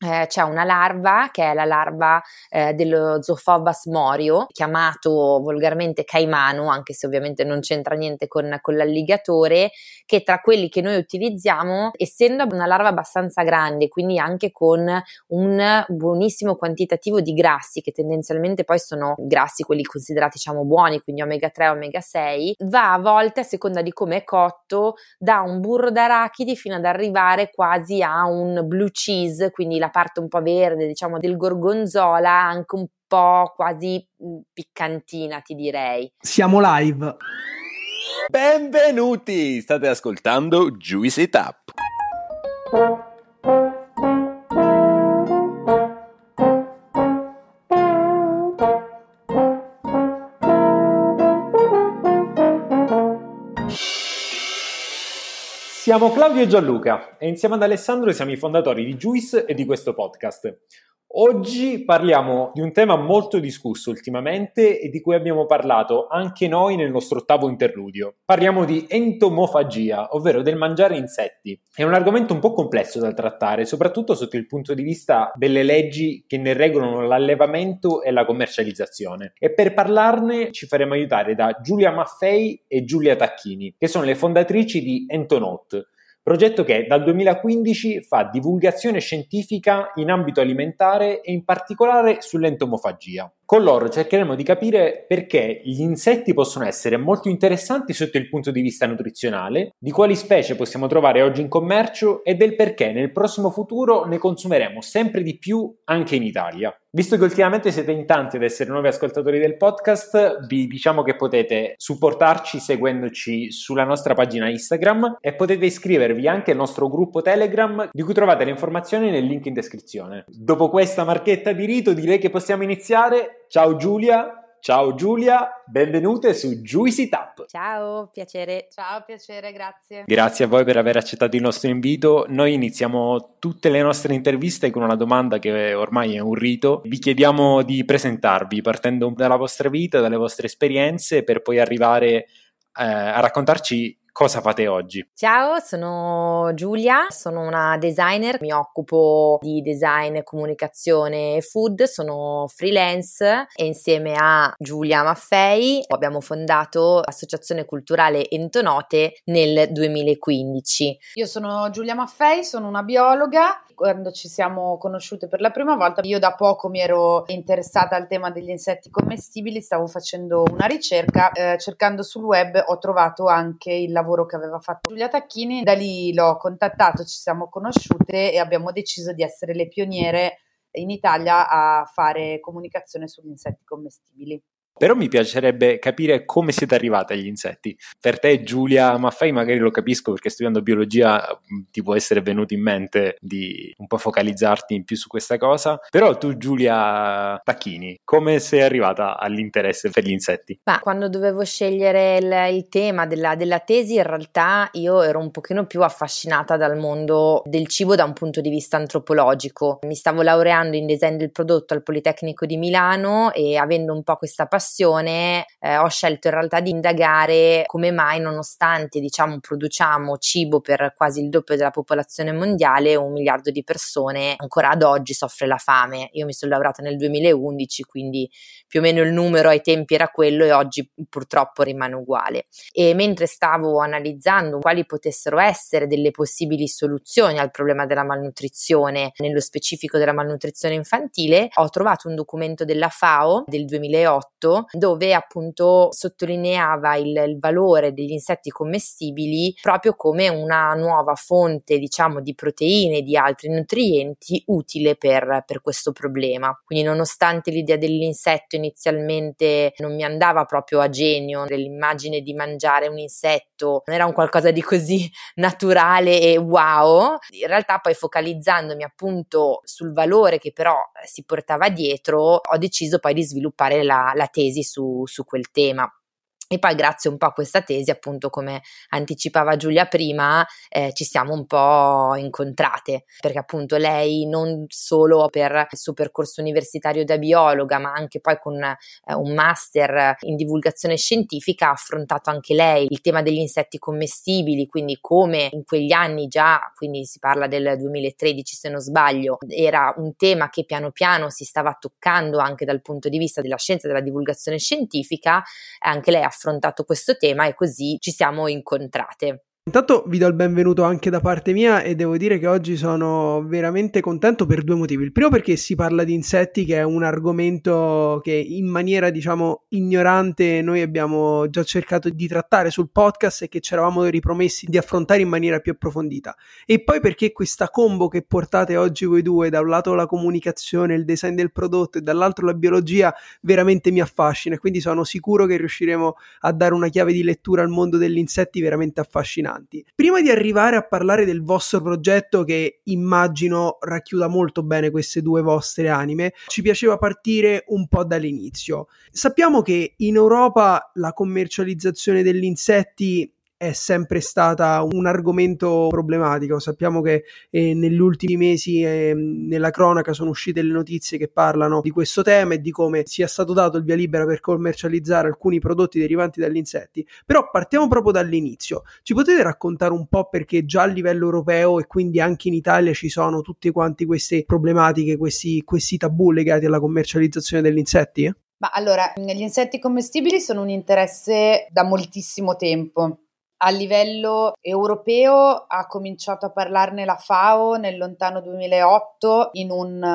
c'è una larva che è la larva dello Zophobas morio, chiamato volgarmente caimano, anche se ovviamente non c'entra niente con l'alligatore, che tra quelli che noi utilizziamo, essendo una larva abbastanza grande, quindi anche con un buonissimo quantitativo di grassi, che tendenzialmente poi sono grassi quelli considerati diciamo buoni, quindi omega 3, omega 6, va a volte, a seconda di come è cotto, da un burro d'arachidi fino ad arrivare quasi a un blue cheese, quindi la parte un po' verde, diciamo, del gorgonzola, anche un po' quasi piccantina, ti direi. Siamo live. Benvenuti! State ascoltando Juice It Up. Siamo Claudio e Gianluca e insieme ad Alessandro siamo i fondatori di Juice e di questo podcast. Oggi parliamo di un tema molto discusso ultimamente e di cui abbiamo parlato anche noi nel nostro ottavo interludio. Parliamo di entomofagia, ovvero del mangiare insetti. È un argomento un po' complesso da trattare, soprattutto sotto il punto di vista delle leggi che ne regolano l'allevamento e la commercializzazione. E per parlarne ci faremo aiutare da Giulia Maffei e Giulia Tacchini, che sono le fondatrici di Entonote, progetto che dal 2015 fa divulgazione scientifica in ambito alimentare e in particolare sull'entomofagia. Con loro cercheremo di capire perché gli insetti possono essere molto interessanti sotto il punto di vista nutrizionale, di quali specie possiamo trovare oggi in commercio e del perché nel prossimo futuro ne consumeremo sempre di più anche in Italia. Visto che ultimamente siete in tanti ad essere nuovi ascoltatori del podcast, vi diciamo che potete supportarci seguendoci sulla nostra pagina Instagram e potete iscrivervi anche al nostro gruppo Telegram, di cui trovate le informazioni nel link in descrizione. Dopo questa marchetta di rito direi che possiamo iniziare. Ciao Giulia, benvenute su Juice It Up. Ciao, piacere. Ciao, piacere, grazie. Grazie a voi per aver accettato il nostro invito. Noi iniziamo tutte le nostre interviste con una domanda che ormai è un rito. Vi chiediamo di presentarvi partendo dalla vostra vita, dalle vostre esperienze, per poi arrivare a raccontarci cosa fate oggi. Ciao, sono Giulia, sono una designer, mi occupo di design, comunicazione e food, sono freelance e insieme a Giulia Maffei abbiamo fondato l'Associazione Culturale Entonote nel 2015. Io sono Giulia Maffei, sono una biologa. Quando ci siamo conosciute per la prima volta, io da poco mi ero interessata al tema degli insetti commestibili, stavo facendo una ricerca, cercando sul web ho trovato anche il lavoro che aveva fatto Giulia Tacchini, da lì l'ho contattato, ci siamo conosciute e abbiamo deciso di essere le pioniere in Italia a fare comunicazione sugli insetti commestibili. Però mi piacerebbe capire come siete arrivate agli insetti. Per te, Giulia Maffei, magari lo capisco perché studiando biologia ti può essere venuto in mente di un po' focalizzarti in più su questa cosa. Però tu, Giulia Tacchini, come sei arrivata all'interesse per gli insetti? Ma quando dovevo scegliere il tema della tesi, in realtà io ero un pochino più affascinata dal mondo del cibo da un punto di vista antropologico. Mi stavo laureando in design del prodotto al Politecnico di Milano e avendo un po' questa passione ho scelto in realtà di indagare come mai, nonostante diciamo produciamo cibo per quasi il doppio della popolazione mondiale, 1 miliardo di persone ancora ad oggi soffre la fame. Io mi sono laureata nel 2011, quindi più o meno il numero ai tempi era quello e oggi purtroppo rimane uguale. E mentre stavo analizzando quali potessero essere delle possibili soluzioni al problema della malnutrizione, nello specifico della malnutrizione infantile, ho trovato un documento della FAO del 2008 dove appunto sottolineava il valore degli insetti commestibili proprio come una nuova fonte, diciamo, di proteine e di altri nutrienti utile per questo problema. Quindi, nonostante l'idea dell'insetto inizialmente non mi andava proprio a genio, l'immagine di mangiare un insetto non era un qualcosa di così naturale e wow, in realtà poi focalizzandomi appunto sul valore che però si portava dietro, ho deciso poi di sviluppare la tesi su quel tema. E poi grazie un po' a questa tesi, appunto come anticipava Giulia prima, ci siamo un po' incontrate, perché appunto lei non solo per il suo percorso universitario da biologa, ma anche poi con un master in divulgazione scientifica ha affrontato anche lei il tema degli insetti commestibili, quindi come in quegli anni già, quindi si parla del 2013 se non sbaglio, era un tema che piano piano si stava toccando anche dal punto di vista della scienza e della divulgazione scientifica. Anche lei ha affrontato questo tema e così ci siamo incontrate. Intanto vi do il benvenuto anche da parte mia e devo dire che oggi sono veramente contento per due motivi. Il primo perché si parla di insetti, che è un argomento che in maniera diciamo ignorante noi abbiamo già cercato di trattare sul podcast e che ci eravamo ripromessi di affrontare in maniera più approfondita. E poi perché questa combo che portate oggi voi due, da un lato la comunicazione, il design del prodotto e dall'altro la biologia, veramente mi affascina e quindi sono sicuro che riusciremo a dare una chiave di lettura al mondo degli insetti veramente affascinante. Prima di arrivare a parlare del vostro progetto, che immagino racchiuda molto bene queste due vostre anime, ci piaceva partire un po' dall'inizio. Sappiamo che in Europa la commercializzazione degli insetti è sempre stata un argomento problematico. Sappiamo che negli ultimi mesi nella cronaca sono uscite le notizie che parlano di questo tema e di come sia stato dato il via libera per commercializzare alcuni prodotti derivanti dagli insetti. Però partiamo proprio dall'inizio. Ci potete raccontare un po' perché già a livello europeo e quindi anche in Italia ci sono tutte quante queste problematiche, questi tabù legati alla commercializzazione degli insetti? Ma allora, gli insetti commestibili sono un interesse da moltissimo tempo. A livello europeo ha cominciato a parlarne la FAO nel lontano 2008 in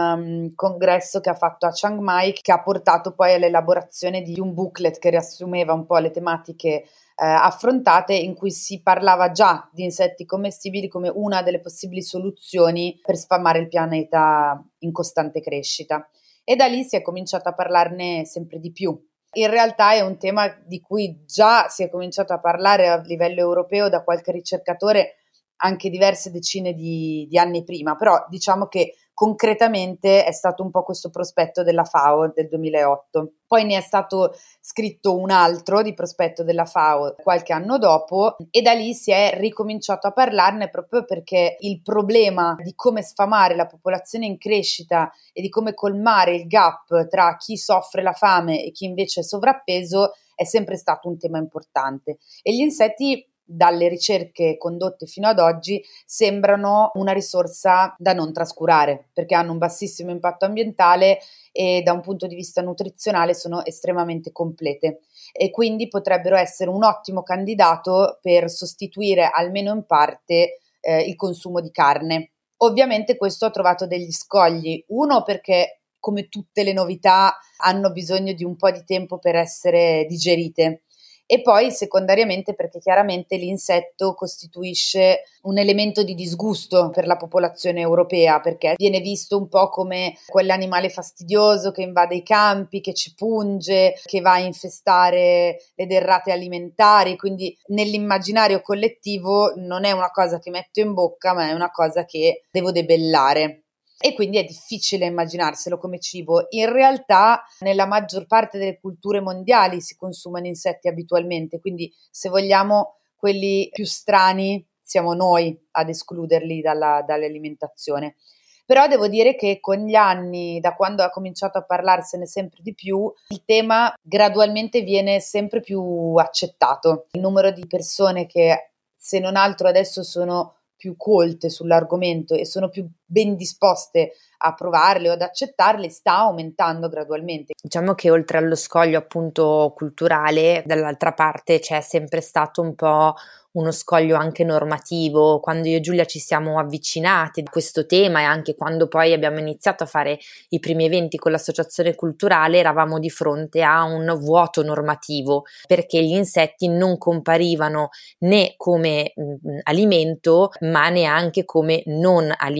un congresso che ha fatto a Chiang Mai, che ha portato poi all'elaborazione di un booklet che riassumeva un po' le tematiche affrontate, in cui si parlava già di insetti commestibili come una delle possibili soluzioni per sfamare il pianeta in costante crescita. E da lì si è cominciato a parlarne sempre di più. In realtà è un tema di cui già si è cominciato a parlare a livello europeo da qualche ricercatore anche diverse decine di anni prima, però diciamo che concretamente è stato un po' questo prospetto della FAO del 2008. Poi ne è stato scritto un altro di prospetto della FAO qualche anno dopo e da lì si è ricominciato a parlarne, proprio perché il problema di come sfamare la popolazione in crescita e di come colmare il gap tra chi soffre la fame e chi invece è sovrappeso è sempre stato un tema importante. E gli insetti, dalle ricerche condotte fino ad oggi, sembrano una risorsa da non trascurare, perché hanno un bassissimo impatto ambientale e da un punto di vista nutrizionale sono estremamente complete e quindi potrebbero essere un ottimo candidato per sostituire almeno in parte il consumo di carne. Ovviamente questo ha trovato degli scogli, uno perché come tutte le novità hanno bisogno di un po' di tempo per essere digerite. E poi secondariamente perché chiaramente l'insetto costituisce un elemento di disgusto per la popolazione europea, perché viene visto un po' come quell'animale fastidioso che invade i campi, che ci punge, che va a infestare le derrate alimentari, quindi nell'immaginario collettivo non è una cosa che metto in bocca, ma è una cosa che devo debellare. E quindi è difficile immaginarselo come cibo. In realtà nella maggior parte delle culture mondiali si consumano insetti abitualmente, quindi se vogliamo quelli più strani siamo noi ad escluderli dall'alimentazione. Però devo dire che con gli anni, da quando ha cominciato a parlarsene sempre di più, il tema gradualmente viene sempre più accettato. Il numero di persone che, se non altro, adesso sono più colte sull'argomento e sono più ben disposte a provarle o ad accettarle sta aumentando gradualmente. Diciamo che oltre allo scoglio appunto culturale, dall'altra parte c'è sempre stato un po' uno scoglio anche normativo. Quando io e Giulia ci siamo avvicinate a questo tema e anche quando poi abbiamo iniziato a fare i primi eventi con l'associazione culturale, eravamo di fronte a un vuoto normativo, perché gli insetti non comparivano né come alimento ma neanche come non alimento,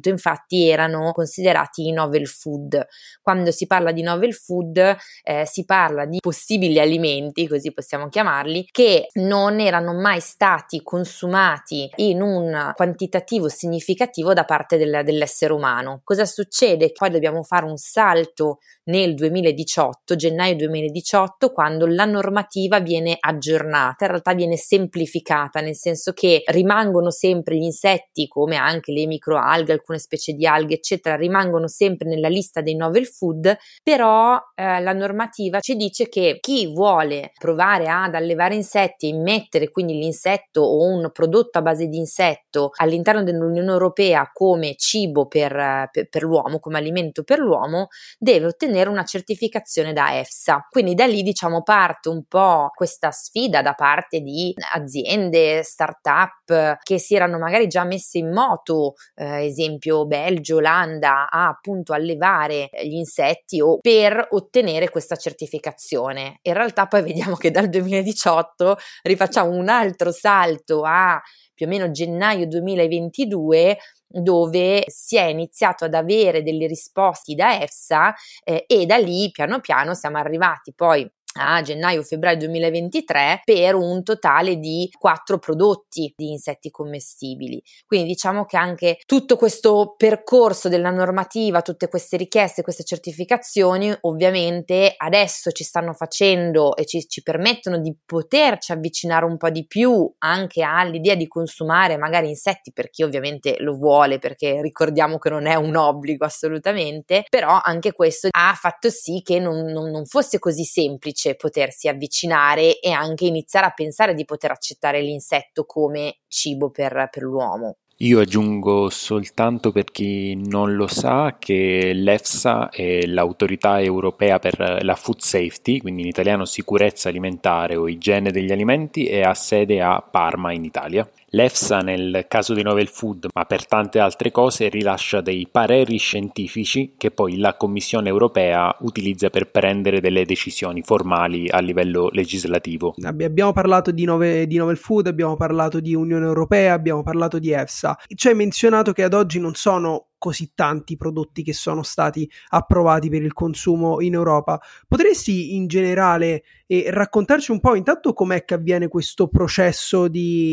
momento infatti erano considerati i novel food. Quando si parla di novel food si parla di possibili alimenti, così possiamo chiamarli, che non erano mai stati consumati in un quantitativo significativo da parte dell'essere umano. Cosa succede? Poi dobbiamo fare un salto nel 2018, gennaio 2018, quando la normativa viene aggiornata, in realtà viene semplificata, nel senso che rimangono sempre gli insetti, come anche le microalghe, alcune specie di alghe, eccetera, rimangono sempre nella lista dei novel food, però la normativa ci dice che chi vuole provare ad allevare insetti e immettere quindi l'insetto o un prodotto a base di insetto all'interno dell'Unione Europea come cibo per l'uomo, come alimento per l'uomo, deve ottenere una certificazione da EFSA. Quindi da lì parte un po' questa sfida da parte di aziende, start-up che si erano magari già messe in moto, esempio Belgio, Olanda, a appunto allevare gli insetti o per ottenere questa certificazione. In realtà poi vediamo che dal 2018 rifacciamo un altro salto a più o meno gennaio 2022, dove si è iniziato ad avere delle risposte da EFSA e da lì piano piano siamo arrivati poi a gennaio-febbraio 2023 per un totale di 4 prodotti di insetti commestibili. Quindi diciamo che anche tutto questo percorso della normativa, tutte queste richieste, queste certificazioni, ovviamente adesso ci stanno facendo e ci permettono di poterci avvicinare un po' di più anche all'idea di consumare magari insetti per chi ovviamente lo vuole, perché ricordiamo che non è un obbligo assolutamente, però anche questo ha fatto sì che non fosse così semplice potersi avvicinare e anche iniziare a pensare di poter accettare l'insetto come cibo per l'uomo. Io aggiungo soltanto per chi non lo sa che l'EFSA è l'autorità europea per la food safety, quindi in italiano sicurezza alimentare o igiene degli alimenti, e ha sede a Parma in Italia. L'EFSA nel caso dei novel food, ma per tante altre cose, rilascia dei pareri scientifici che poi la Commissione europea utilizza per prendere delle decisioni formali a livello legislativo. Abbiamo parlato di novel food, abbiamo parlato di Unione Europea, abbiamo parlato di EFSA. Ci hai menzionato che ad oggi non sono così tanti prodotti che sono stati approvati per il consumo in Europa. Potresti in generale raccontarci un po' intanto com'è che avviene questo processo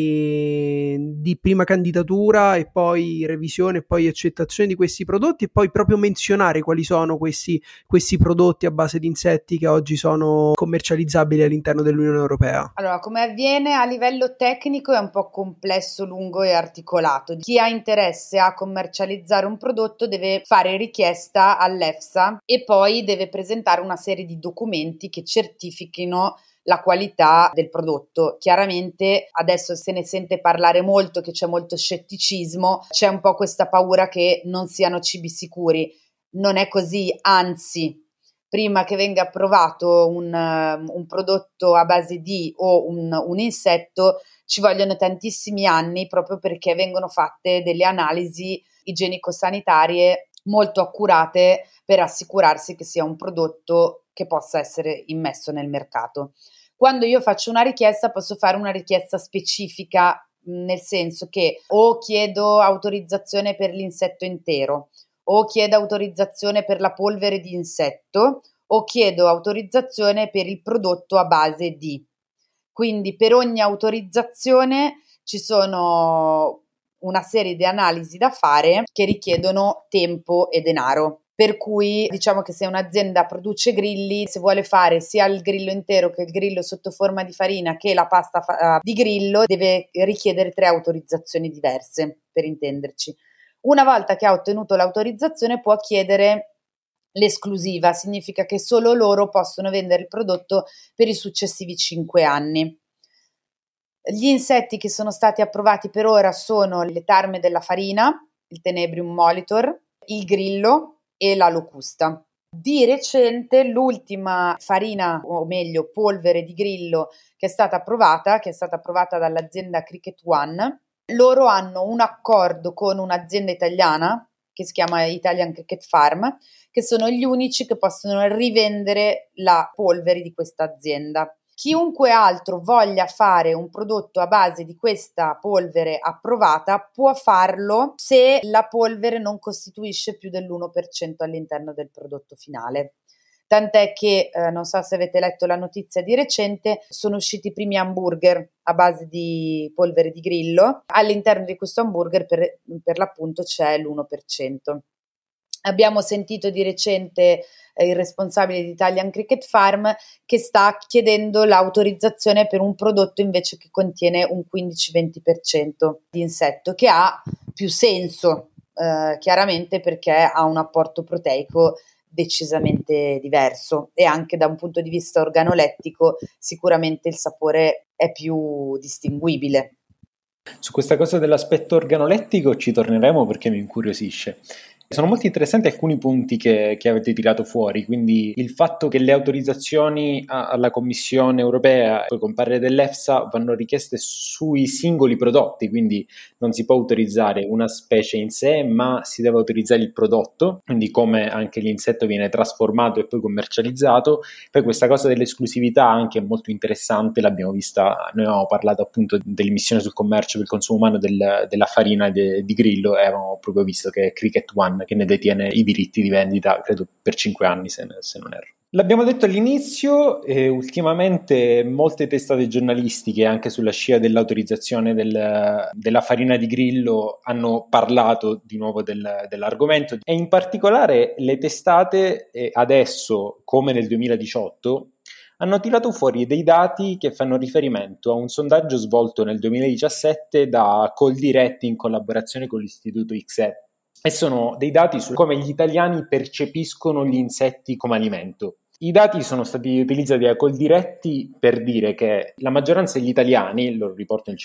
di prima candidatura e poi revisione e poi accettazione di questi prodotti, e poi proprio menzionare quali sono questi prodotti a base di insetti che oggi sono commercializzabili all'interno dell'Unione Europea? Allora, come avviene a livello tecnico è un po' complesso, lungo e articolato. Chi ha interesse a commercializzare un prodotto deve fare richiesta all'EFSA e poi deve presentare una serie di documenti che certifichino la qualità del prodotto. Chiaramente adesso se ne sente parlare molto, che c'è molto scetticismo, c'è un po' questa paura che non siano cibi sicuri. Non è così, anzi, prima che venga approvato un prodotto a base di o un insetto ci vogliono tantissimi anni, proprio perché vengono fatte delle analisi igienico-sanitarie molto accurate per assicurarsi che sia un prodotto che possa essere immesso nel mercato. Quando io faccio una richiesta, posso fare una richiesta specifica, nel senso che o chiedo autorizzazione per l'insetto intero, o chiedo autorizzazione per la polvere di insetto, o chiedo autorizzazione per il prodotto a base di. Quindi per ogni autorizzazione ci sono una serie di analisi da fare che richiedono tempo e denaro. Per cui diciamo che se un'azienda produce grilli, se vuole fare sia il grillo intero che il grillo sotto forma di farina che la pasta di grillo, deve richiedere 3 autorizzazioni diverse, per intenderci. Una volta che ha ottenuto l'autorizzazione può chiedere l'esclusiva, significa che solo loro possono vendere il prodotto per i successivi 5 anni. Gli insetti che sono stati approvati per ora sono le tarme della farina, il Tenebrium molitor, il grillo e la locusta. Di recente l'ultima farina, o meglio polvere di grillo che è stata approvata dall'azienda Cricket One. Loro hanno un accordo con un'azienda italiana che si chiama Italian Cricket Farm, che sono gli unici che possono rivendere la polvere di questa azienda. Chiunque altro voglia fare un prodotto a base di questa polvere approvata può farlo se la polvere non costituisce più dell'1% all'interno del prodotto finale. Tant'è che, non so se avete letto la notizia di recente, sono usciti i primi hamburger a base di polvere di grillo. All'interno di questo hamburger per l'appunto c'è l'1%. Abbiamo sentito di recente il responsabile di Italian Cricket Farm che sta chiedendo l'autorizzazione per un prodotto invece che contiene un 15-20% di insetto, che ha più senso, chiaramente, perché ha un apporto proteico decisamente diverso e anche da un punto di vista organolettico sicuramente il sapore è più distinguibile. Su questa cosa dell'aspetto organolettico ci torneremo perché mi incuriosisce. Sono molto interessanti alcuni punti che avete tirato fuori, quindi il fatto che le autorizzazioni alla Commissione europea, poi con parere dell'EFSA, vanno richieste sui singoli prodotti, quindi non si può autorizzare una specie in sé, ma si deve autorizzare il prodotto, quindi come anche l'insetto viene trasformato e poi commercializzato. Poi questa cosa dell'esclusività anche è molto interessante, l'abbiamo vista, noi avevamo parlato appunto dell'emissione sul commercio per il consumo umano della farina di grillo e avevamo proprio visto che è Cricket One che ne detiene i diritti di vendita, credo per 5 anni se non erro. L'abbiamo detto all'inizio, ultimamente molte testate giornalistiche anche sulla scia dell'autorizzazione della farina di grillo hanno parlato di nuovo dell'argomento e in particolare le testate adesso come nel 2018 hanno tirato fuori dei dati che fanno riferimento a un sondaggio svolto nel 2017 da Coldiretti in collaborazione con l'Istituto XE. E sono dei dati su come gli italiani percepiscono gli insetti come alimento. I dati sono stati utilizzati da Coldiretti per dire che la maggioranza degli italiani, lo riportano il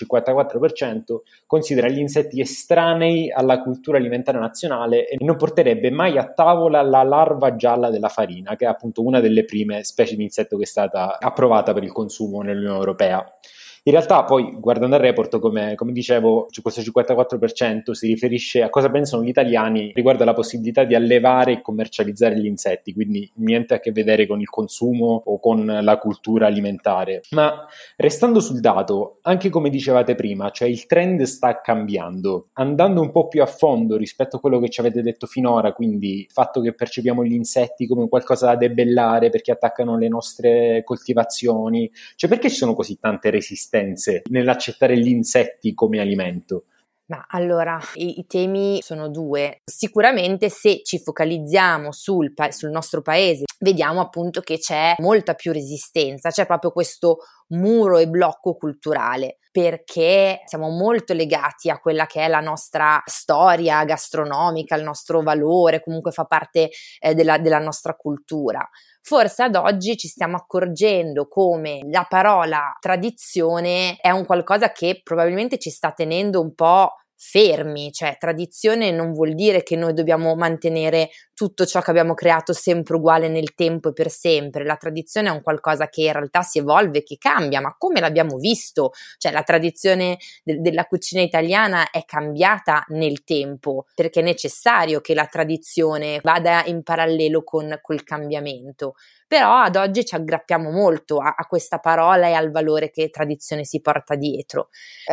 54%, considera gli insetti estranei alla cultura alimentare nazionale e non porterebbe mai a tavola la larva gialla della farina, che è appunto una delle prime specie di insetto che è stata approvata per il consumo nell'Unione Europea. In realtà poi, guardando il report, come dicevo, questo 54% si riferisce a cosa pensano gli italiani riguardo alla possibilità di allevare e commercializzare gli insetti, quindi niente a che vedere con il consumo o con la cultura alimentare. Ma restando sul dato, anche come dicevate prima, cioè il trend sta cambiando, andando un po' più a fondo rispetto a quello che ci avete detto finora, quindi il fatto che percepiamo gli insetti come qualcosa da debellare perché attaccano le nostre coltivazioni, cioè perché ci sono così tante resistenze nell'accettare gli insetti come alimento? Ma allora, i temi sono due. Sicuramente se ci focalizziamo sul nostro paese, vediamo appunto che c'è molta più resistenza, c'è proprio questo muro e blocco culturale, perché siamo molto legati a quella che è la nostra storia gastronomica, il nostro valore, comunque fa parte della nostra cultura. Forse ad oggi ci stiamo accorgendo come la parola tradizione è un qualcosa che probabilmente ci sta tenendo un po' fermi, cioè tradizione non vuol dire che noi dobbiamo mantenere tutto ciò che abbiamo creato sempre uguale nel tempo e per sempre. La tradizione è un qualcosa che in realtà si evolve, che cambia, ma come l'abbiamo visto, cioè la tradizione della cucina italiana è cambiata nel tempo, perché è necessario che la tradizione vada in parallelo col cambiamento. Però ad oggi ci aggrappiamo molto a questa parola e al valore che tradizione si porta dietro.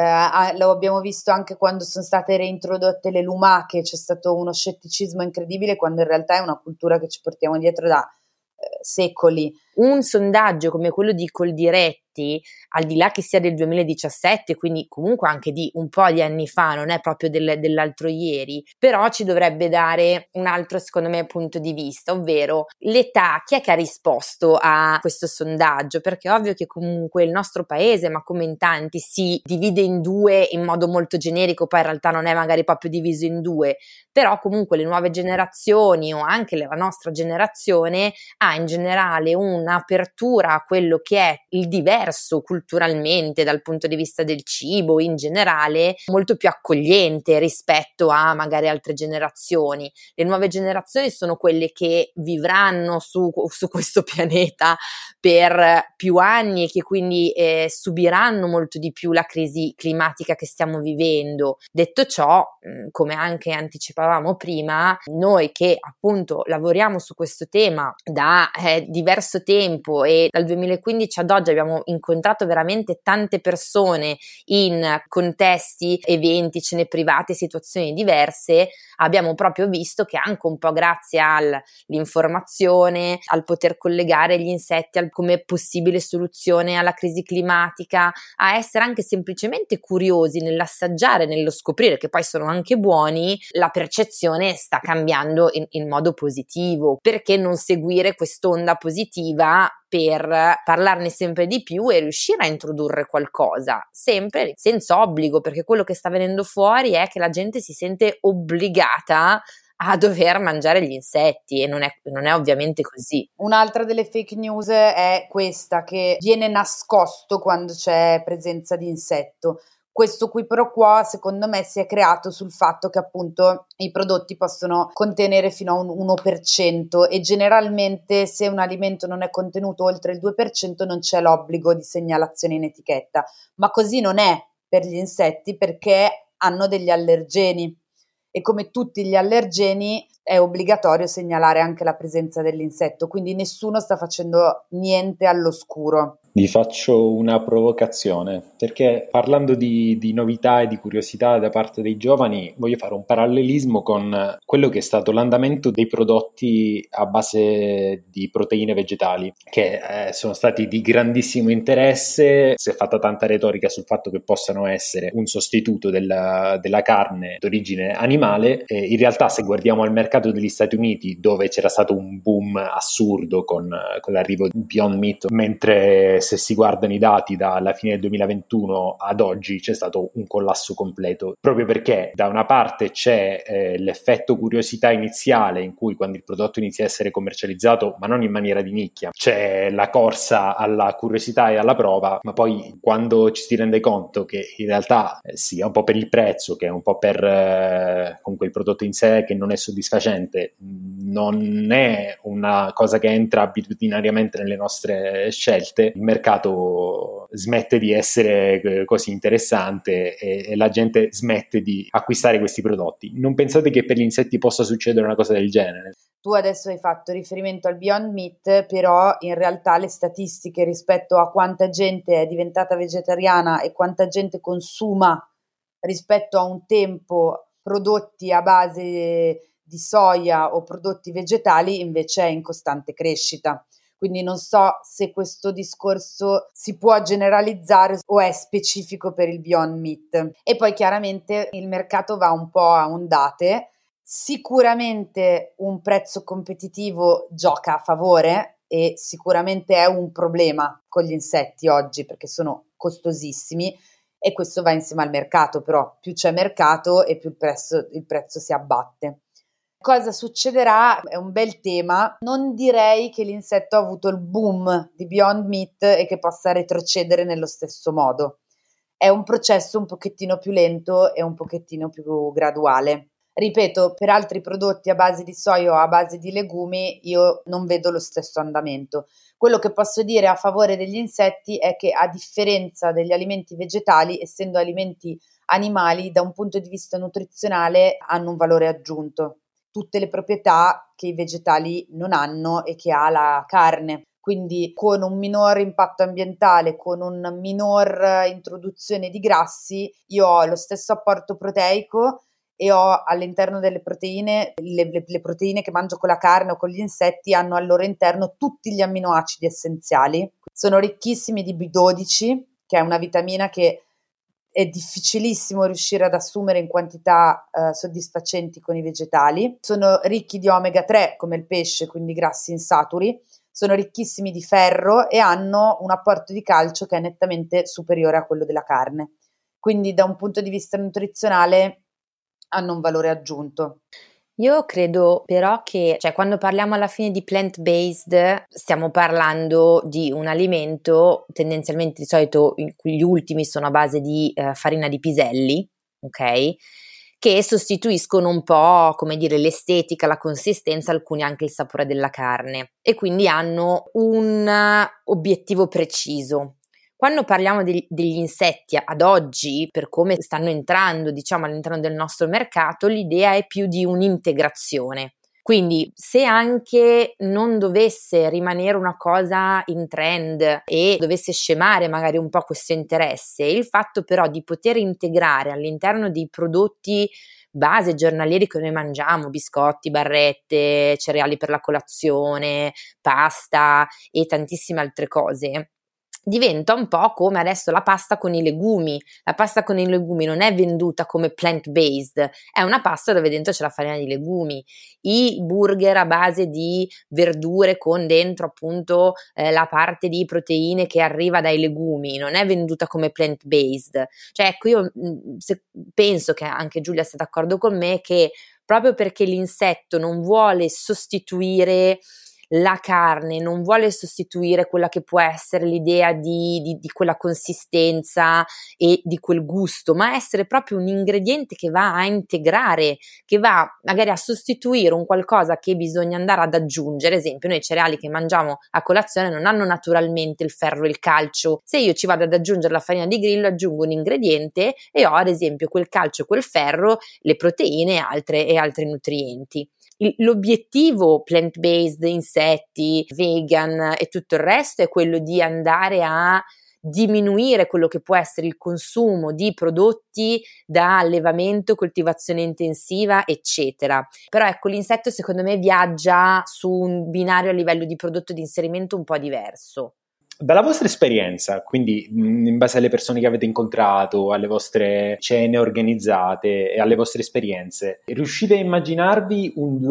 Lo abbiamo visto anche quando sono state reintrodotte le lumache, c'è stato uno scetticismo incredibile quando in realtà è una cultura che ci portiamo dietro da secoli. Un sondaggio come quello di Coldiretti, al di là che sia del 2017, quindi comunque anche di un po' di anni fa, non è proprio dell'altro ieri, però ci dovrebbe dare un altro, secondo me, punto di vista, ovvero l'età. Chi è che ha risposto a questo sondaggio? Perché è ovvio che comunque il nostro paese, ma come in tanti, si divide in due in modo molto generico, poi in realtà non è magari proprio diviso in due, però comunque le nuove generazioni o anche la nostra generazione ha in generale un'apertura a quello che è il diverso culturalmente dal punto di vista del cibo in generale, molto più accogliente rispetto a magari altre generazioni. Le nuove generazioni sono quelle che vivranno su questo pianeta per più anni e che quindi subiranno molto di più la crisi climatica che stiamo vivendo. Detto ciò, come anche anticipavamo prima, noi che appunto lavoriamo su questo tema da diverso tempo e dal 2015 ad oggi abbiamo incontrato veramente tante persone in contesti, eventi, cene private, situazioni diverse, abbiamo proprio visto che anche un po' grazie all'informazione, al poter collegare gli insetti come possibile soluzione alla crisi climatica, a essere anche semplicemente curiosi nell'assaggiare, nello scoprire che poi sono anche buoni, la percezione sta cambiando in modo positivo. Perché non seguire quest'onda positiva per parlarne sempre di più e riuscire a introdurre qualcosa, sempre senza obbligo, perché quello che sta venendo fuori è che la gente si sente obbligata a dover mangiare gli insetti e non è ovviamente così. Un'altra delle fake news è questa, che viene nascosto quando c'è presenza di insetto. Questo qui pro quo secondo me si è creato sul fatto che appunto i prodotti possono contenere fino a un 1% e generalmente se un alimento non è contenuto oltre il 2% non c'è l'obbligo di segnalazione in etichetta, ma così non è per gli insetti perché hanno degli allergeni e come tutti gli allergeni è obbligatorio segnalare anche la presenza dell'insetto, quindi nessuno sta facendo niente all'oscuro. Vi faccio una provocazione, perché parlando di novità e di curiosità da parte dei giovani, voglio fare un parallelismo con quello che è stato l'andamento dei prodotti a base di proteine vegetali, che sono stati di grandissimo interesse. Si è fatta tanta retorica sul fatto che possano essere un sostituto della carne d'origine animale. In realtà, se guardiamo al mercato degli Stati Uniti, dove c'era stato un boom assurdo con l'arrivo di Beyond Meat, mentre se si guardano i dati dalla fine del 2021 ad oggi c'è stato un collasso completo, proprio perché da una parte c'è l'effetto curiosità iniziale in cui quando il prodotto inizia a essere commercializzato, ma non in maniera di nicchia, c'è la corsa alla curiosità e alla prova, ma poi quando ci si rende conto che in realtà sia un po' per il prezzo, che è un po' per comunque il prodotto in sé che non è soddisfacente, non è una cosa che entra abitudinariamente nelle nostre scelte, il mercato smette di essere così interessante e la gente smette di acquistare questi prodotti. Non pensate che per gli insetti possa succedere una cosa del genere? Tu adesso hai fatto riferimento al Beyond Meat, però in realtà le statistiche rispetto a quanta gente è diventata vegetariana e quanta gente consuma rispetto a un tempo prodotti a base di soia o prodotti vegetali invece è in costante crescita. Quindi non so se questo discorso si può generalizzare o è specifico per il Beyond Meat. E poi chiaramente il mercato va un po' a ondate. Sicuramente un prezzo competitivo gioca a favore e sicuramente è un problema con gli insetti oggi perché sono costosissimi e questo va insieme al mercato, però più c'è mercato e più il prezzo si abbatte. Cosa succederà? È un bel tema. Non direi che l'insetto ha avuto il boom di Beyond Meat e che possa retrocedere nello stesso modo. È un processo un pochettino più lento e un pochettino più graduale. Ripeto, per altri prodotti a base di soia o a base di legumi io non vedo lo stesso andamento. Quello che posso dire a favore degli insetti è che a differenza degli alimenti vegetali, essendo alimenti animali, da un punto di vista nutrizionale hanno un valore aggiunto. Tutte le proprietà che i vegetali non hanno e che ha la carne. Quindi con un minor impatto ambientale, con un minor introduzione di grassi, io ho lo stesso apporto proteico e ho all'interno delle proteine, le proteine che mangio con la carne o con gli insetti hanno al loro interno tutti gli amminoacidi essenziali. Sono ricchissimi di B12, che è una vitamina che è difficilissimo riuscire ad assumere in quantità soddisfacenti con i vegetali. Sono ricchi di omega 3 come il pesce, quindi grassi insaturi. Sono ricchissimi di ferro e hanno un apporto di calcio che è nettamente superiore a quello della carne. Quindi da un punto di vista nutrizionale hanno un valore aggiunto. Io credo però che, quando parliamo alla fine di plant-based, stiamo parlando di un alimento, tendenzialmente di solito gli ultimi sono a base di farina di piselli, ok? Che sostituiscono un po', come dire, l'estetica, la consistenza, alcuni anche il sapore della carne e quindi hanno un obiettivo preciso. Quando parliamo degli insetti ad oggi, per come stanno entrando, all'interno del nostro mercato, l'idea è più di un'integrazione. Quindi se anche non dovesse rimanere una cosa in trend e dovesse scemare magari un po' questo interesse, il fatto però di poter integrare all'interno dei prodotti base giornalieri che noi mangiamo, biscotti, barrette, cereali per la colazione, pasta e tantissime altre cose, diventa un po' come adesso la pasta con i legumi. La pasta con i legumi non è venduta come plant-based, è una pasta dove dentro c'è la farina di legumi. I burger a base di verdure con dentro appunto la parte di proteine che arriva dai legumi non è venduta come plant-based. Cioè ecco, io penso che anche Giulia sia d'accordo con me che proprio perché l'insetto non vuole sostituire la carne, non vuole sostituire quella che può essere l'idea di quella consistenza e di quel gusto, ma essere proprio un ingrediente che va a integrare, che va magari a sostituire un qualcosa che bisogna andare ad aggiungere. Ad esempio, noi i cereali che mangiamo a colazione non hanno naturalmente il ferro e il calcio. Se io ci vado ad aggiungere la farina di grillo, aggiungo un ingrediente e ho ad esempio quel calcio e quel ferro, le proteine e altri nutrienti. L'obiettivo plant-based, insetti, vegan e tutto il resto è quello di andare a diminuire quello che può essere il consumo di prodotti da allevamento, coltivazione intensiva, eccetera. Però ecco, l'insetto secondo me viaggia su un binario a livello di prodotto di inserimento un po' diverso. Dalla vostra esperienza, quindi in base alle persone che avete incontrato, alle vostre cene organizzate e alle vostre esperienze, riuscite a immaginarvi un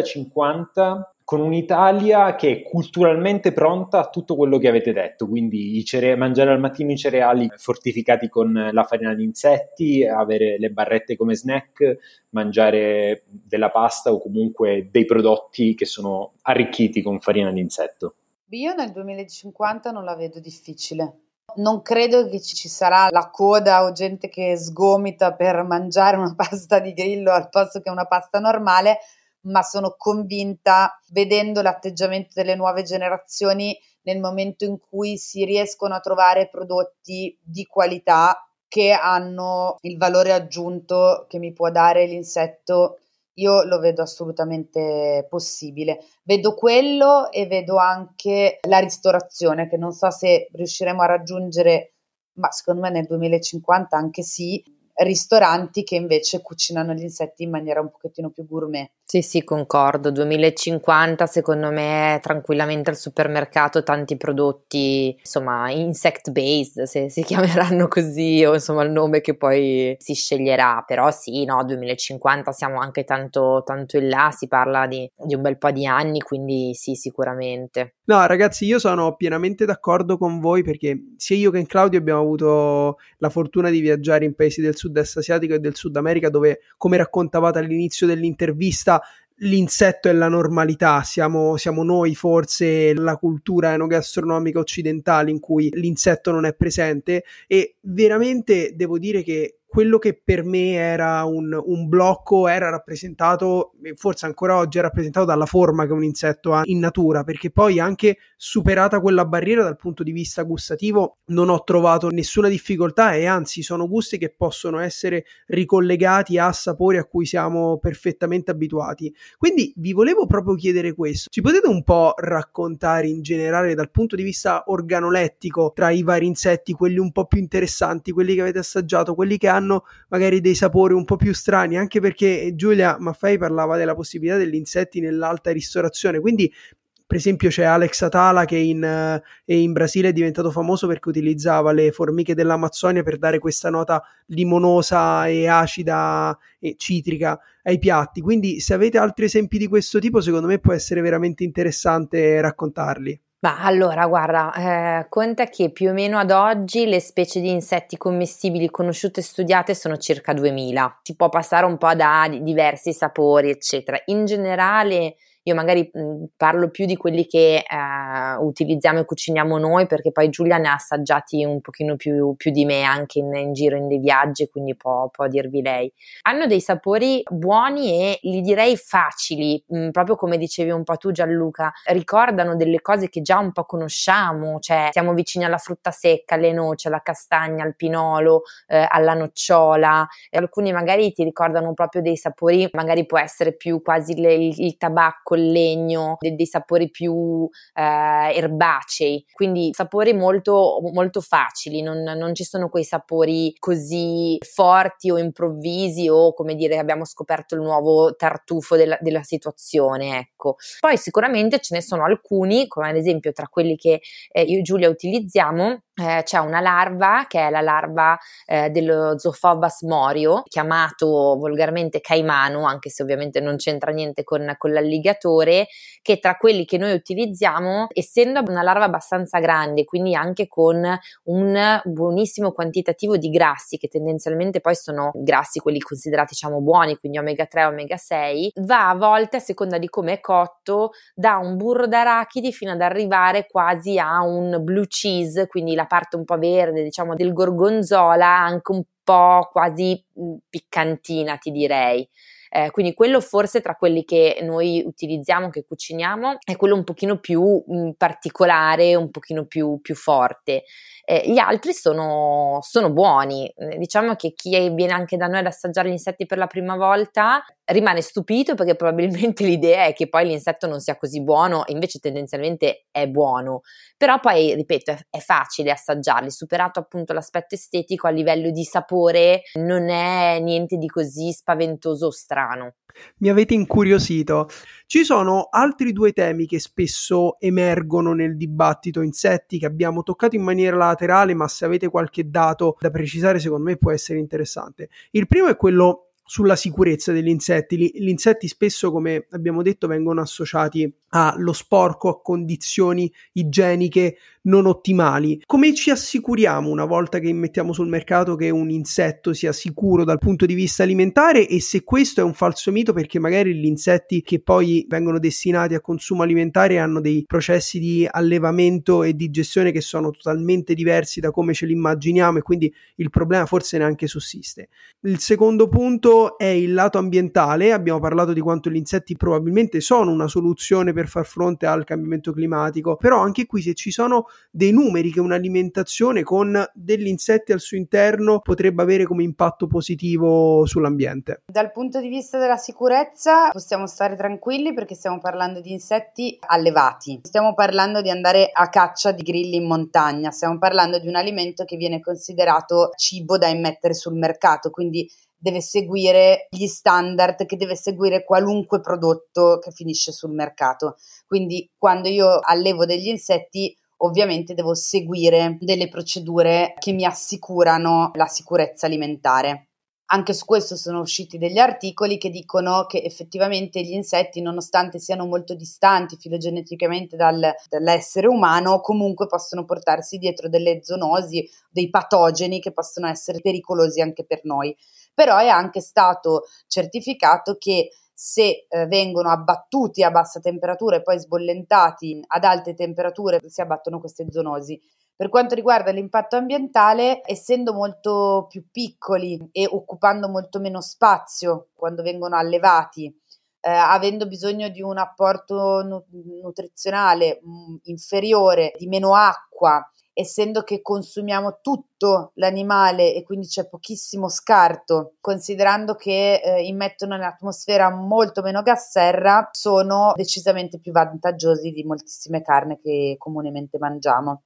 2050 con un'Italia che è culturalmente pronta a tutto quello che avete detto? Quindi mangiare al mattino i cereali fortificati con la farina di insetti, avere le barrette come snack, mangiare della pasta o comunque dei prodotti che sono arricchiti con farina di insetto. Io nel 2050 non la vedo difficile. Non credo che ci sarà la coda o gente che sgomita per mangiare una pasta di grillo al posto che una pasta normale, ma sono convinta, vedendo l'atteggiamento delle nuove generazioni, nel momento in cui si riescono a trovare prodotti di qualità che hanno il valore aggiunto che mi può dare l'insetto, io lo vedo assolutamente possibile. Vedo quello e vedo anche la ristorazione, che non so se riusciremo a raggiungere, ma secondo me nel 2050 anche sì, ristoranti che invece cucinano gli insetti in maniera un pochettino più gourmet. Sì, concordo. 2050 secondo me tranquillamente al supermercato tanti prodotti, insomma, insect based, se si chiameranno così, o insomma il nome che poi si sceglierà. Però sì, no, 2050 siamo anche tanto in là, si parla di un bel po' di anni, quindi sì, sicuramente. No, ragazzi, io sono pienamente d'accordo con voi, perché sia io che Claudio abbiamo avuto la fortuna di viaggiare in paesi del sud-est asiatico e del Sud America, dove, come raccontavate all'inizio dell'intervista, l'insetto è la normalità. Siamo noi forse la cultura enogastronomica occidentale in cui l'insetto non è presente, e veramente devo dire che quello che per me era un blocco era rappresentato, forse ancora oggi è rappresentato dalla forma che un insetto ha in natura, perché poi anche superata quella barriera dal punto di vista gustativo non ho trovato nessuna difficoltà, e anzi sono gusti che possono essere ricollegati a sapori a cui siamo perfettamente abituati. Quindi vi volevo proprio chiedere questo: ci potete un po' raccontare in generale dal punto di vista organolettico, tra i vari insetti, quelli un po' più interessanti, quelli che avete assaggiato, quelli che hanno magari dei sapori un po' più strani, anche perché Giulia Maffei parlava della possibilità degli insetti nell'alta ristorazione, quindi per esempio c'è Alex Atala che in Brasile è diventato famoso perché utilizzava le formiche dell'Amazzonia per dare questa nota limonosa e acida e citrica ai piatti. Quindi se avete altri esempi di questo tipo, secondo me può essere veramente interessante raccontarli. Ma allora, guarda, conta che più o meno ad oggi le specie di insetti commestibili conosciute e studiate sono circa 2000. Si può passare un po' da diversi sapori, eccetera. In generale, io magari parlo più di quelli che utilizziamo e cuciniamo noi, perché poi Giulia ne ha assaggiati un pochino più di me anche in giro in dei viaggi, quindi può dirvi lei. Hanno dei sapori buoni e li direi facili, proprio come dicevi un po' tu Gianluca, ricordano delle cose che già un po' conosciamo, cioè siamo vicini alla frutta secca, alle noci, alla castagna, al pinolo, alla nocciola, e alcuni magari ti ricordano proprio dei sapori, magari può essere più quasi il tabacco, il legno, dei sapori più erbacei, quindi sapori molto, molto facili, non ci sono quei sapori così forti o improvvisi o come dire abbiamo scoperto il nuovo tartufo della situazione, ecco. Poi sicuramente ce ne sono alcuni, come ad esempio tra quelli che io e Giulia utilizziamo, c'è una larva che è la larva dello Zophobas morio, chiamato volgarmente caimano, anche se ovviamente non c'entra niente con l'alligatore, che tra quelli che noi utilizziamo, essendo una larva abbastanza grande, quindi anche con un buonissimo quantitativo di grassi, che tendenzialmente poi sono grassi quelli considerati diciamo buoni, quindi omega 3, omega 6, va a volte a seconda di come è cotto da un burro d'arachidi fino ad arrivare quasi a un blue cheese, quindi la parte un po' verde diciamo del gorgonzola, anche un po' quasi piccantina ti direi. Quindi quello forse tra quelli che noi utilizziamo, che cuciniamo, è quello un pochino più particolare, un pochino più forte. Gli altri sono buoni, diciamo che chi viene anche da noi ad assaggiare gli insetti per la prima volta rimane stupito, perché probabilmente l'idea è che poi l'insetto non sia così buono, invece tendenzialmente è buono, però poi ripeto è facile assaggiarli, superato appunto l'aspetto estetico, a livello di sapore non è niente di così spaventoso o strano. Mi avete incuriosito. Ci sono altri due temi che spesso emergono nel dibattito insetti, che abbiamo toccato in maniera laterale, ma se avete qualche dato da precisare secondo me può essere interessante. Il primo è quello sulla sicurezza degli insetti. Gli insetti spesso, come abbiamo detto, vengono associati allo sporco, a condizioni igieniche non ottimali. Come ci assicuriamo una volta che mettiamo sul mercato che un insetto sia sicuro dal punto di vista alimentare, e se questo è un falso mito, perché magari gli insetti che poi vengono destinati a consumo alimentare hanno dei processi di allevamento e di gestione che sono totalmente diversi da come ce li immaginiamo, e quindi il problema forse neanche sussiste. Il secondo punto è il lato ambientale. Abbiamo parlato di quanto gli insetti probabilmente sono una soluzione per far fronte al cambiamento climatico, però anche qui se ci sono dei numeri che un'alimentazione con degli insetti al suo interno potrebbe avere come impatto positivo sull'ambiente. Dal punto di vista della sicurezza possiamo stare tranquilli, perché stiamo parlando di insetti allevati, stiamo parlando di andare a caccia di grilli in montagna, stiamo parlando di un alimento che viene considerato cibo da immettere sul mercato, quindi deve seguire gli standard che deve seguire qualunque prodotto che finisce sul mercato. Quindi quando io allevo degli insetti ovviamente devo seguire delle procedure che mi assicurano la sicurezza alimentare. Anche su questo sono usciti degli articoli che dicono che effettivamente gli insetti, nonostante siano molto distanti filogeneticamente dall'essere umano, comunque possono portarsi dietro delle zoonosi, dei patogeni che possono essere pericolosi anche per noi. Però è anche stato certificato che se vengono abbattuti a bassa temperatura e poi sbollentati ad alte temperature si abbattono queste zoonosi. Per quanto riguarda l'impatto ambientale, essendo molto più piccoli e occupando molto meno spazio quando vengono allevati, avendo bisogno di un apporto nutrizionale inferiore, di meno acqua, essendo che consumiamo tutto l'animale e quindi c'è pochissimo scarto, considerando che immettono nell'atmosfera molto meno gas serra, sono decisamente più vantaggiosi di moltissime carni che comunemente mangiamo.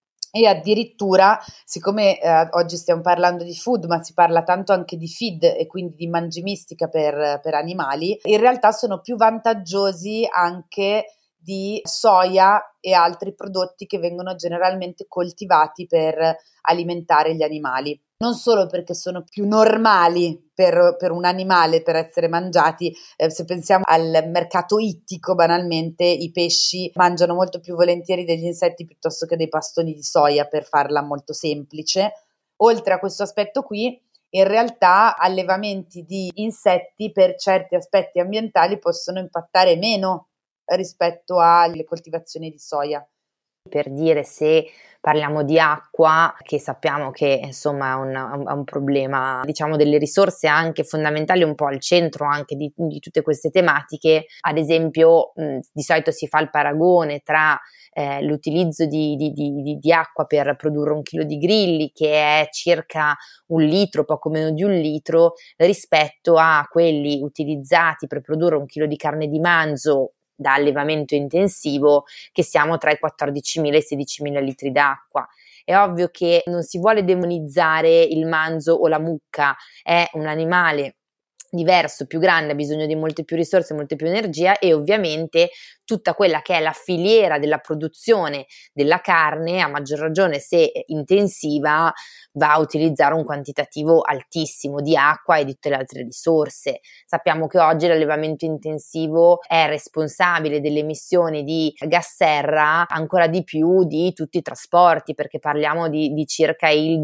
E addirittura, siccome oggi stiamo parlando di food, ma si parla tanto anche di feed e quindi di mangimistica per animali, in realtà sono più vantaggiosi anche di soia e altri prodotti che vengono generalmente coltivati per alimentare gli animali. Non solo perché sono più normali per un animale per essere mangiati, se pensiamo al mercato ittico, banalmente i pesci mangiano molto più volentieri degli insetti piuttosto che dei pastoni di soia, per farla molto semplice. Oltre a questo aspetto qui, in realtà allevamenti di insetti per certi aspetti ambientali possono impattare meno rispetto alle coltivazioni di soia. Per dire, se parliamo di acqua, che sappiamo che insomma è un problema, diciamo, delle risorse anche fondamentali, un po' al centro anche di tutte queste tematiche. Ad esempio, di solito si fa il paragone tra l'utilizzo di acqua per produrre 1 chilo di grilli, che è circa 1 litro, poco meno di 1 litro, rispetto a quelli utilizzati per produrre 1 chilo di carne di manzo da allevamento intensivo, che siamo tra i 14.000 e i 16.000 litri d'acqua. È ovvio che non si vuole demonizzare il manzo o la mucca, è un animale diverso, più grande, ha bisogno di molte più risorse, molte più energia, e ovviamente tutta quella che è la filiera della produzione della carne, a maggior ragione se intensiva, va a utilizzare un quantitativo altissimo di acqua e di tutte le altre risorse. Sappiamo che oggi l'allevamento intensivo è responsabile delle emissioni di gas serra ancora di più di tutti i trasporti, perché parliamo di circa il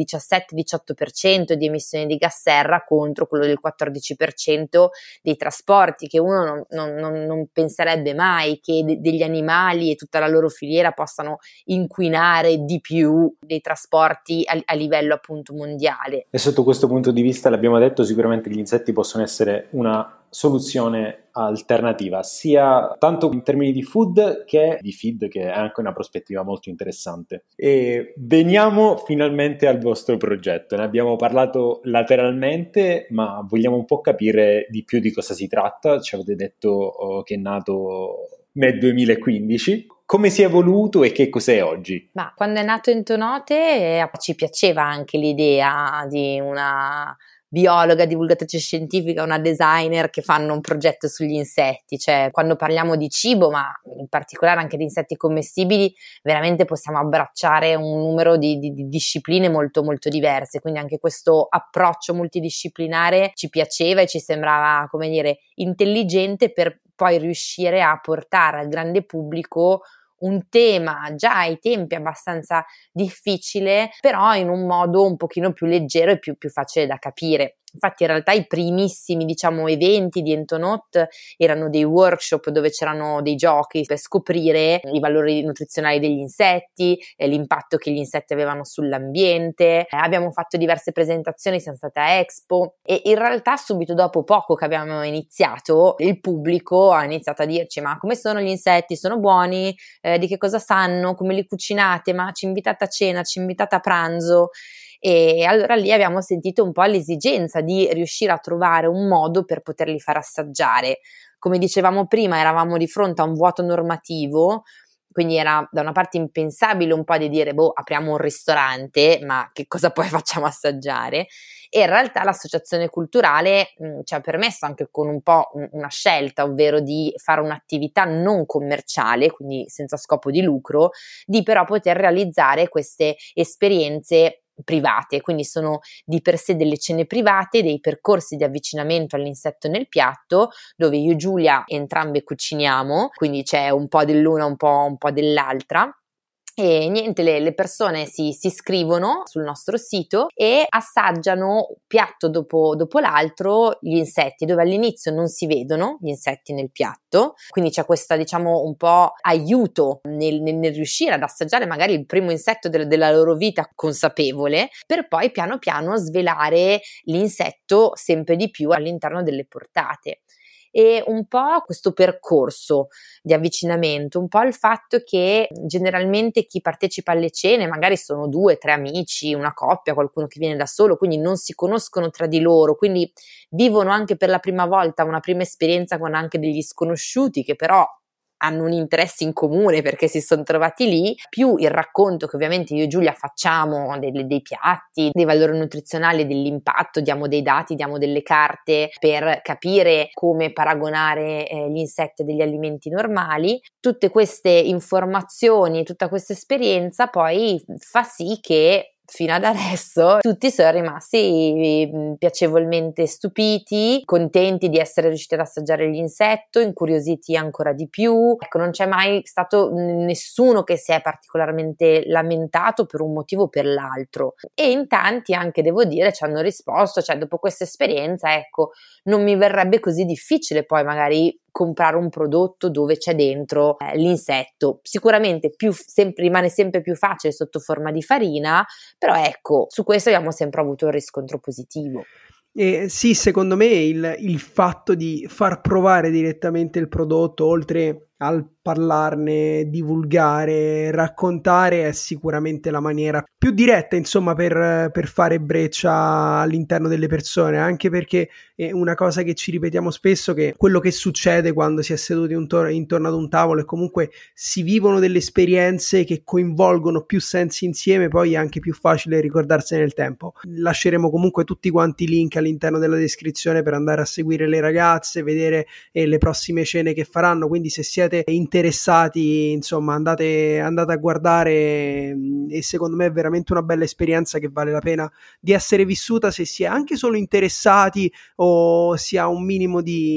17-18% di emissioni di gas serra contro quello del 14% dei trasporti, che uno non penserebbe mai che degli animali e tutta la loro filiera possano inquinare di più dei trasporti a livello appunto mondiale. E sotto questo punto di vista, l'abbiamo detto, sicuramente gli insetti possono essere una soluzione alternativa, sia tanto in termini di food che di feed, che è anche una prospettiva molto interessante. E veniamo finalmente al vostro progetto. Ne abbiamo parlato lateralmente, ma vogliamo un po' capire di più di cosa si tratta. Ci avete detto che è nato nel 2015. Come si è evoluto e che cos'è oggi? Ma quando è nato Entonote ci piaceva anche l'idea di una biologa, divulgatrice scientifica, una designer che fanno un progetto sugli insetti. Cioè, quando parliamo di cibo, ma in particolare anche di insetti commestibili, veramente possiamo abbracciare un numero di discipline molto molto diverse, quindi anche questo approccio multidisciplinare ci piaceva e ci sembrava, come dire, intelligente, per poi riuscire a portare al grande pubblico un tema già ai tempi abbastanza difficile, però in un modo un pochino più leggero e più facile da capire. Infatti in realtà i primissimi, diciamo, eventi di Entonot erano dei workshop dove c'erano dei giochi per scoprire i valori nutrizionali degli insetti, l'impatto che gli insetti avevano sull'ambiente. Abbiamo fatto diverse presentazioni, siamo state a Expo, e in realtà subito dopo poco che abbiamo iniziato, il pubblico ha iniziato a dirci: ma come sono gli insetti? Sono buoni? Di che cosa sanno? Come li cucinate? Ma ci invitate a cena? Ci invitate a pranzo? E allora lì abbiamo sentito un po' l'esigenza di riuscire a trovare un modo per poterli far assaggiare. Come dicevamo prima, eravamo di fronte a un vuoto normativo, quindi era da una parte impensabile un po' di dire apriamo un ristorante, ma che cosa poi facciamo assaggiare? E in realtà l'associazione culturale ci ha permesso, anche con un po' una scelta, ovvero di fare un'attività non commerciale, quindi senza scopo di lucro, di però poter realizzare queste esperienze private. Quindi sono di per sé delle cene private, dei percorsi di avvicinamento all'insetto nel piatto, dove io e Giulia entrambe cuciniamo, quindi c'è un po' dell'una, un po' dell'altra. E niente, le persone si iscrivono sul nostro sito e assaggiano piatto dopo l'altro gli insetti, dove all'inizio non si vedono gli insetti nel piatto, quindi c'è questa, diciamo, un po' aiuto nel riuscire ad assaggiare magari il primo insetto della loro vita consapevole, per poi piano piano svelare l'insetto sempre di più all'interno delle portate. E un po' questo percorso di avvicinamento, un po' il fatto che generalmente chi partecipa alle cene magari sono 2-3 amici, una coppia, qualcuno che viene da solo, quindi non si conoscono tra di loro, quindi vivono anche per la prima volta una prima esperienza con anche degli sconosciuti che però hanno un interesse in comune perché si sono trovati lì, più il racconto che ovviamente io e Giulia facciamo dei piatti, dei valori nutrizionali, dell'impatto, diamo dei dati, diamo delle carte per capire come paragonare gli insetti a degli alimenti normali. Tutte queste informazioni, tutta questa esperienza poi fa sì che fino ad adesso tutti sono rimasti piacevolmente stupiti, contenti di essere riusciti ad assaggiare l'insetto, incuriositi ancora di più. Ecco, non c'è mai stato nessuno che si è particolarmente lamentato per un motivo o per l'altro, e in tanti, anche devo dire, ci hanno risposto, cioè dopo questa esperienza, ecco, non mi verrebbe così difficile poi magari comprare un prodotto dove c'è dentro l'insetto. Sicuramente rimane sempre più facile sotto forma di farina, però ecco, su questo abbiamo sempre avuto un riscontro positivo. Sì, secondo me il fatto di far provare direttamente il prodotto, oltre al parlarne, divulgare, raccontare, è sicuramente la maniera più diretta, insomma, per fare breccia all'interno delle persone, anche perché è una cosa che ci ripetiamo spesso, che quello che succede quando si è seduti intorno ad un tavolo e comunque si vivono delle esperienze che coinvolgono più sensi insieme, poi è anche più facile ricordarsene nel tempo. Lasceremo comunque tutti quanti i link all'interno della descrizione per andare a seguire le ragazze, vedere le prossime scene che faranno, quindi se siete interessati, insomma, andate a guardare, e secondo me è veramente una bella esperienza che vale la pena di essere vissuta, se si è anche solo interessati o si ha un minimo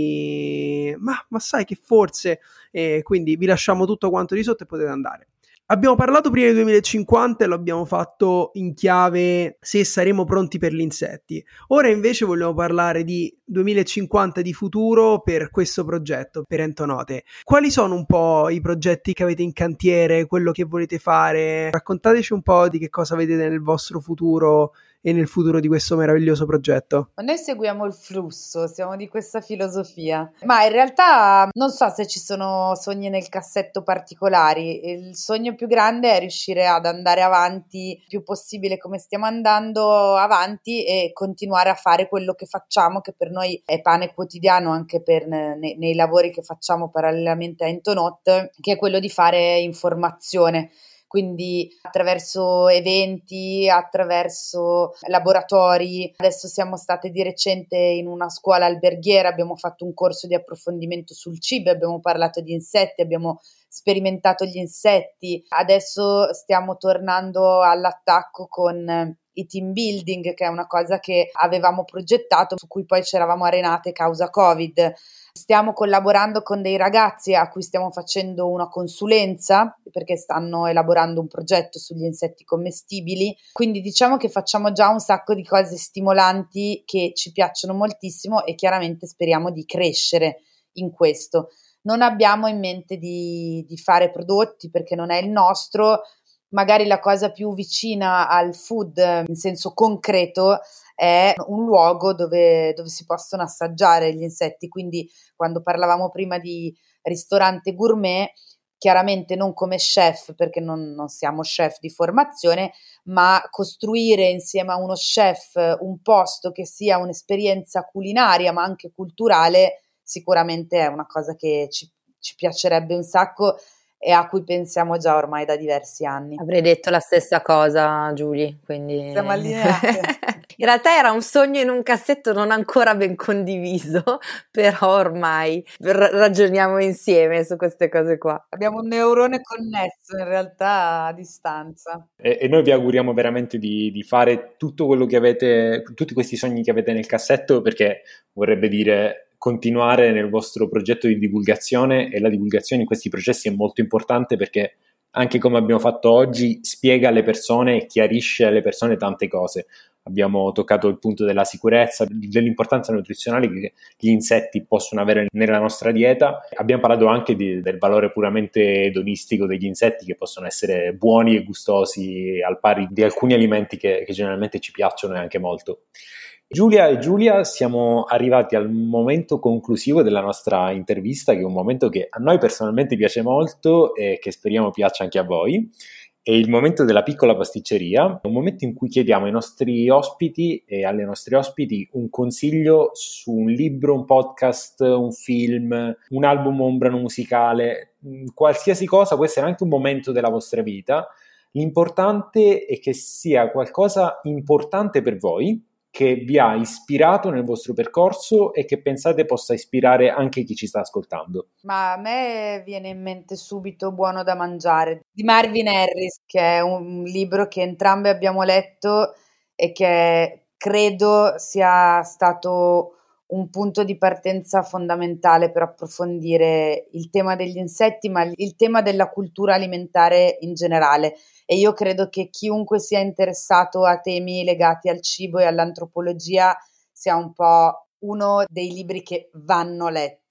di ma sai che forse, quindi vi lasciamo tutto quanto di sotto e potete andare. Abbiamo parlato prima del 2050 e lo abbiamo fatto in chiave se saremo pronti per gli insetti. Ora invece vogliamo parlare di 2050 di futuro per questo progetto, per Entonote. Quali sono un po' i progetti che avete in cantiere, quello che volete fare? Raccontateci un po' di che cosa vedete nel vostro futuro e nel futuro di questo meraviglioso progetto. Noi seguiamo il flusso, siamo di questa filosofia, ma in realtà non so se ci sono sogni nel cassetto particolari. Il sogno più grande è riuscire ad andare avanti il più possibile come stiamo andando avanti e continuare a fare quello che facciamo, che per noi è pane quotidiano anche nei lavori che facciamo parallelamente a Entonot, che è quello di fare informazione. Quindi attraverso eventi, attraverso laboratori. Adesso siamo state di recente in una scuola alberghiera, abbiamo fatto un corso di approfondimento sul cibo, abbiamo parlato di insetti, abbiamo sperimentato gli insetti. Adesso stiamo tornando all'attacco con i team building, che è una cosa che avevamo progettato, su cui poi ci eravamo arenate causa Covid. Stiamo collaborando con dei ragazzi a cui stiamo facendo una consulenza perché stanno elaborando un progetto sugli insetti commestibili, quindi diciamo che facciamo già un sacco di cose stimolanti che ci piacciono moltissimo e chiaramente speriamo di crescere in questo. Non abbiamo in mente di fare prodotti perché non è il nostro, magari la cosa più vicina al food in senso concreto è un luogo dove si possono assaggiare gli insetti, quindi quando parlavamo prima di ristorante gourmet, chiaramente non come chef perché non siamo chef di formazione, ma costruire insieme a uno chef un posto che sia un'esperienza culinaria ma anche culturale sicuramente è una cosa che ci piacerebbe un sacco e a cui pensiamo già ormai da diversi anni. Avrei detto la stessa cosa, Giulia, quindi siamo allineate. In realtà era un sogno in un cassetto non ancora ben condiviso, però ormai ragioniamo insieme su queste cose qua. Abbiamo un neurone connesso in realtà a distanza. E noi vi auguriamo veramente di fare tutto quello che avete, tutti questi sogni che avete nel cassetto, perché vorrebbe dire continuare nel vostro progetto di divulgazione, e la divulgazione in questi processi è molto importante perché anche come abbiamo fatto oggi spiega alle persone e chiarisce alle persone tante cose. Abbiamo toccato il punto della sicurezza, dell'importanza nutrizionale che gli insetti possono avere nella nostra dieta. Abbiamo parlato anche del valore puramente edonistico degli insetti, che possono essere buoni e gustosi al pari di alcuni alimenti che generalmente ci piacciono e anche molto. Giulia e Giulia, siamo arrivati al momento conclusivo della nostra intervista, che è un momento che a noi personalmente piace molto e che speriamo piaccia anche a voi. È il momento della piccola pasticceria, un momento in cui chiediamo ai nostri ospiti e alle nostre ospiti un consiglio su un libro, un podcast, un film, un album o un brano musicale, qualsiasi cosa, può essere anche un momento della vostra vita. L'importante è che sia qualcosa importante per voi, che vi ha ispirato nel vostro percorso e che pensate possa ispirare anche chi ci sta ascoltando. Ma a me viene in mente subito Buono da mangiare di Marvin Harris, che è un libro che entrambe abbiamo letto e che credo sia stato un punto di partenza fondamentale per approfondire il tema degli insetti, ma il tema della cultura alimentare in generale. E io credo che chiunque sia interessato a temi legati al cibo e all'antropologia sia un po' uno dei libri che vanno letti.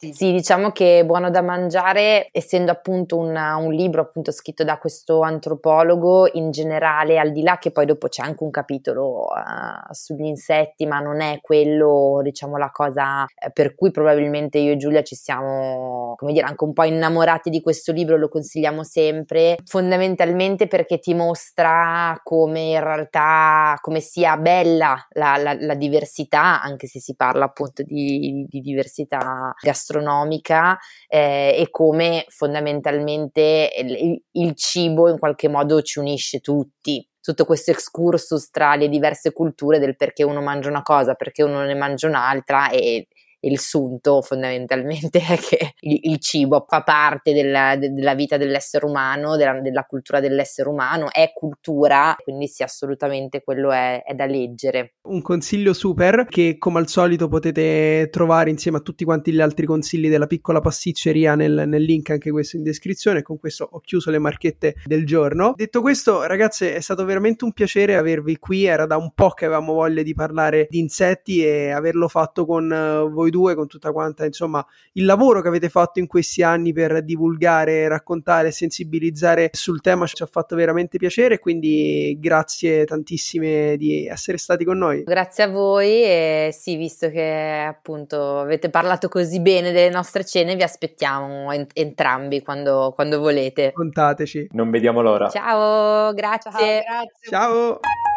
Sì, diciamo che Buono da mangiare, essendo appunto un libro appunto scritto da questo antropologo, in generale, al di là che poi dopo c'è anche un capitolo sugli insetti, ma non è quello, diciamo, la cosa per cui probabilmente io e Giulia ci siamo, come dire, anche un po' innamorati di questo libro, lo consigliamo sempre, fondamentalmente perché ti mostra come in realtà, come sia bella la diversità, anche se si parla appunto di diversità gastronomica, e come fondamentalmente il cibo in qualche modo ci unisce tutti. Tutto questo excursus tra le diverse culture del perché uno mangia una cosa, perché uno ne mangia un'altra, e il sunto fondamentalmente è che il cibo fa parte della vita dell'essere umano, della cultura dell'essere umano, è cultura, quindi sì, assolutamente quello è da leggere. Un consiglio super che come al solito potete trovare insieme a tutti quanti gli altri consigli della Piccola Pasticceria nel link, anche questo in descrizione. Con questo ho chiuso le marchette del giorno. Detto questo, ragazze, è stato veramente un piacere avervi qui, era da un po' che avevamo voglia di parlare di insetti e averlo fatto con voi due, con tutta quanta, insomma, il lavoro che avete fatto in questi anni per divulgare, raccontare, sensibilizzare sul tema ci ha fatto veramente piacere, quindi grazie tantissime di essere stati con noi. Grazie a voi, e sì, visto che appunto avete parlato così bene delle nostre cene, vi aspettiamo entrambi quando volete. Contateci. Non vediamo l'ora. Ciao, grazie. Ciao.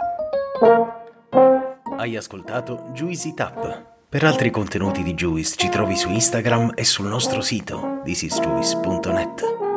Hai ascoltato Juicy Tap. Per altri contenuti di Juice ci trovi su Instagram e sul nostro sito thisisjuice.net.